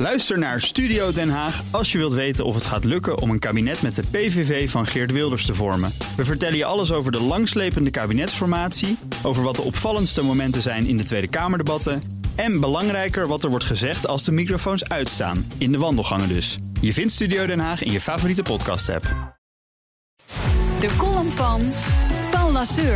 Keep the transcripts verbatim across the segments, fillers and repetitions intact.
Luister naar Studio Den Haag als je wilt weten of het gaat lukken om een kabinet met de P V V van Geert Wilders te vormen. We vertellen je alles over de langslepende kabinetsformatie, over wat de opvallendste momenten zijn in de Tweede Kamerdebatten en belangrijker wat er wordt gezegd als de microfoons uitstaan, in de wandelgangen dus. Je vindt Studio Den Haag in je favoriete podcast-app. De column van Paul Lasseur.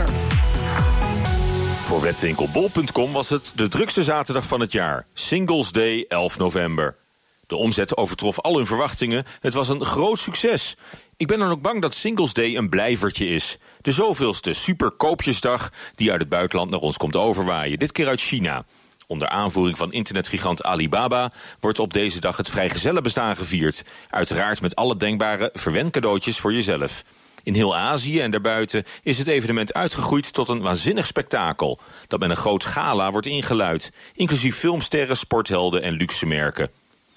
Voor webwinkel bol punt com was het de drukste zaterdag van het jaar. Singles Day, elf november. De omzet overtrof al hun verwachtingen. Het was een groot succes. Ik ben dan ook bang dat Singles Day een blijvertje is. De zoveelste superkoopjesdag die uit het buitenland naar ons komt overwaaien. Dit keer uit China. Onder aanvoering van internetgigant Alibaba wordt op deze dag het vrijgezellenbestaan gevierd. Uiteraard met alle denkbare verwencadeautjes voor jezelf. In heel Azië en daarbuiten is het evenement uitgegroeid tot een waanzinnig spektakel dat met een groot gala wordt ingeluid, inclusief filmsterren, sporthelden en luxe merken.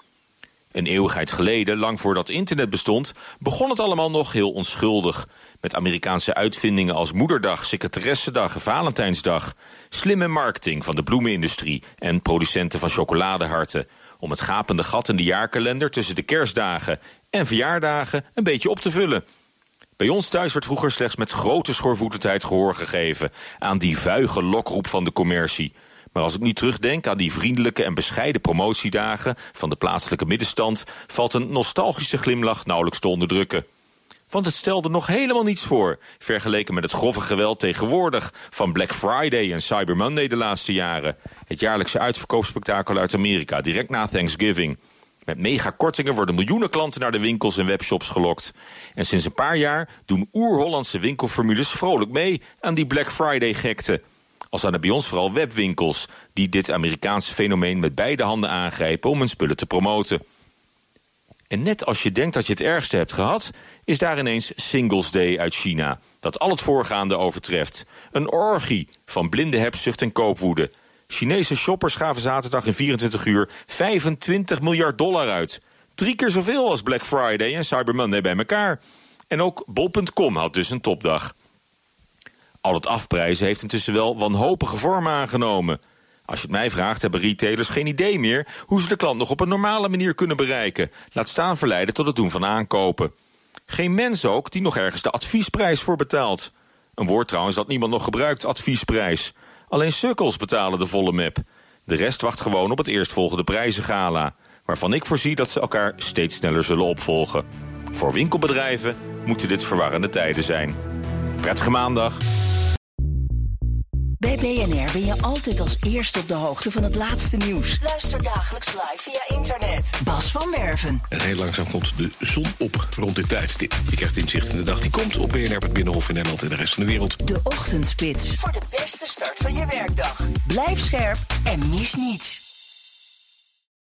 Een eeuwigheid geleden, lang voordat internet bestond, begon het allemaal nog heel onschuldig. Met Amerikaanse uitvindingen als Moederdag, Secretaressendag en Valentijnsdag. Slimme marketing van de bloemenindustrie en producenten van chocoladeharten. Om het gapende gat in de jaarkalender tussen de kerstdagen en verjaardagen een beetje op te vullen. Bij ons thuis werd vroeger slechts met grote schoorvoetendheid gehoor gegeven aan die vuige lokroep van de commercie. Maar als ik nu terugdenk aan die vriendelijke en bescheiden promotiedagen van de plaatselijke middenstand, valt een nostalgische glimlach nauwelijks te onderdrukken. Want het stelde nog helemaal niets voor, vergeleken met het grove geweld tegenwoordig van Black Friday en Cyber Monday de laatste jaren. Het jaarlijkse uitverkoopspektakel uit Amerika, direct na Thanksgiving. Met megakortingen worden miljoenen klanten naar de winkels en webshops gelokt. En sinds een paar jaar doen oer-Hollandse winkelformules vrolijk mee aan die Black Friday-gekte. Al zijn er bij ons vooral webwinkels die dit Amerikaanse fenomeen met beide handen aangrijpen om hun spullen te promoten. En net als je denkt dat je het ergste hebt gehad, is daar ineens Singles Day uit China, dat al het voorgaande overtreft. Een orgie van blinde hebzucht en koopwoede. Chinese shoppers gaven zaterdag in vierentwintig uur vijfentwintig miljard dollar uit. Drie keer zoveel als Black Friday en Cyber Monday bij elkaar. En ook bol punt com had dus een topdag. Al het afprijzen heeft intussen wel wanhopige vormen aangenomen. Als je het mij vraagt, hebben retailers geen idee meer hoe ze de klant nog op een normale manier kunnen bereiken. Laat staan verleiden tot het doen van aankopen. Geen mens ook die nog ergens de adviesprijs voor betaalt. Een woord trouwens dat niemand nog gebruikt, adviesprijs. Alleen sukkels betalen de volle map. De rest wacht gewoon op het eerstvolgende prijzengala, waarvan ik voorzie dat ze elkaar steeds sneller zullen opvolgen. Voor winkelbedrijven moeten dit verwarrende tijden zijn. Prettige maandag. Bij B N R ben je altijd als eerste op de hoogte van het laatste nieuws. Luister dagelijks live via internet. Bas van Werven. En heel langzaam komt de zon op rond dit tijdstip. Je krijgt inzicht in de dag die komt op B N R, het Binnenhof in Nederland en de rest van de wereld. De Ochtendspits. Voor de beste start van je werkdag. Blijf scherp en mis niets.